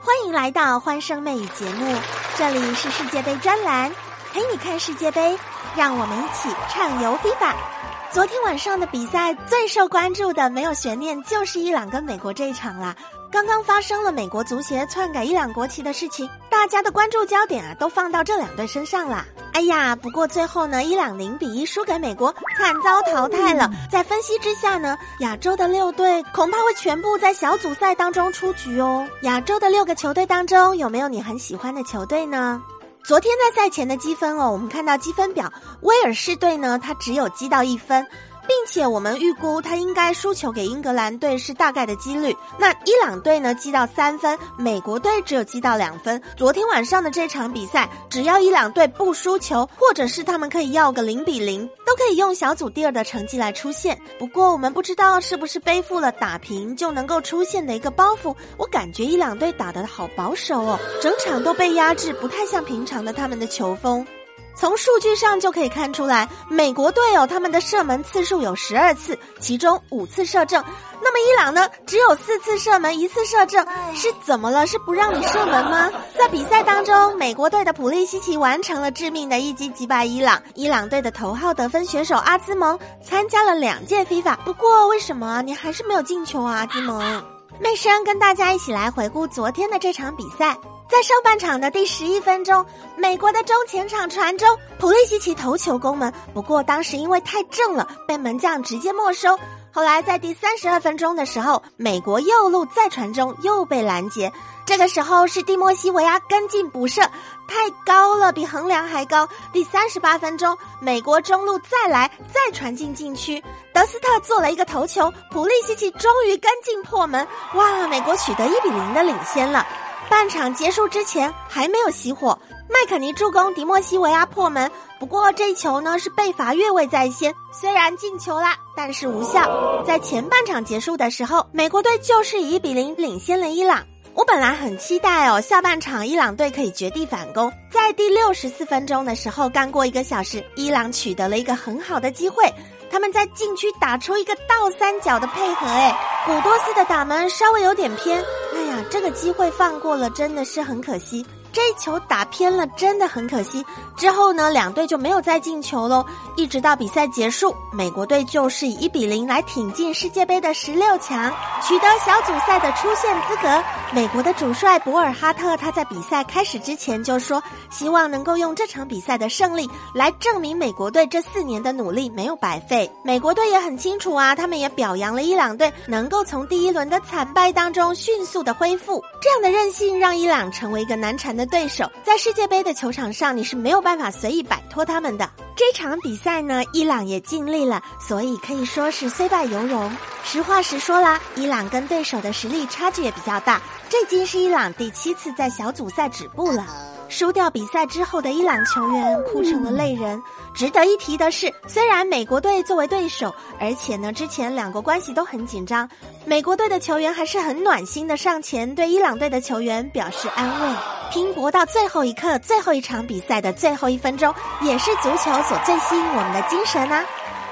欢迎来到欢声妹语节目，这里是世界杯专栏，陪你看世界杯，让我们一起畅游 FIFA。昨天晚上的比赛最受关注的没有悬念就是伊朗跟美国这一场啦。刚刚发生了美国足协篡改伊朗国旗的事情，大家的关注焦点都放到这两队身上啦。哎呀，不过最后呢，伊朗0-1输给美国，惨遭淘汰了。在分析之下呢，亚洲的6队恐怕会全部在小组赛当中出局哦。亚洲的6个球队当中，有没有你很喜欢的球队呢？昨天在赛前的积分我们看到积分表，威尔士队呢，它只有积到1分。并且我们预估他应该输球给英格兰队是大概的几率。那伊朗队呢积到3分，美国队只有积到2分。昨天晚上的这场比赛，只要伊朗队不输球，或者是他们可以要个0-0，都可以用小组第2的成绩来出现。不过我们不知道是不是背负了打平就能够出现的一个包袱，我感觉伊朗队打得好保守哦，整场都被压制，不太像平常的他们的球风。从数据上就可以看出来，美国队他们的射门次数有12次，其中5次射正。那么伊朗呢，只有4次射门，1次射正，是怎么了？是不让你射门吗？在比赛当中，美国队的普利西奇完成了致命的一击击败伊朗。伊朗队的头号得分选手阿兹蒙参加了2届 FIFA， 不过为什么你还是没有进球啊？阿兹蒙，妹生跟大家一起来回顾昨天的这场比赛。在上半场的第11分钟，美国的中前场传中，普利西奇头球攻门，不过当时因为太正了，被门将直接没收。后来在第32分钟的时候，美国右路再传中，又被拦截。这个时候是蒂莫西维亚跟进补射，太高了，比横梁还高。第38分钟，美国中路再来，再传进禁区，德斯特做了一个头球，普利西奇终于跟进破门，哇，美国取得1-0的领先了。半场结束之前还没有熄火，麦肯尼助攻迪莫西维亚破门，不过这一球呢是被罚越位在先，虽然进球啦，但是无效。在前半场结束的时候，美国队就是以1-0领先了伊朗。我本来很期待下半场伊朗队可以绝地反攻。在第64分钟的时候，刚过1个小时，伊朗取得了一个很好的机会，他们在禁区打出一个倒三角的配合，古多斯的打门稍微有点偏，哎呀，这个机会放过了，真的是很可惜。这一球打偏了，真的很可惜。之后呢，两队就没有再进球咯，一直到比赛结束，美国队就是以1-0来挺进世界杯的16强，取得小组赛的出线资格。美国的主帅博尔哈特他在比赛开始之前就说，希望能够用这场比赛的胜利来证明美国队这4年的努力没有白费。美国队也很清楚他们也表扬了伊朗队能够从第1轮的惨败当中迅速的恢复，这样的韧性让伊朗成为一个难缠的对手，在世界杯的球场上你是没有办法随意摆脱他们的。这场比赛呢，伊朗也尽力了，所以可以说是虽败犹荣。实话实说啦，伊朗跟对手的实力差距也比较大，这已经是伊朗第7次在小组赛止步了。输掉比赛之后的伊朗球员哭成了泪人。值得一提的是，虽然美国队作为对手，而且呢之前2国关系都很紧张，美国队的球员还是很暖心的上前对伊朗队的球员表示安慰。拼搏到最后一刻，最后一场比赛的最后1分钟，也是足球所最吸引我们的精神啊。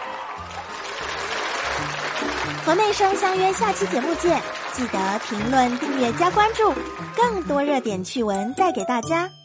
和妹生相约下期节目见，记得评论、订阅、加关注，更多热点趣闻带给大家。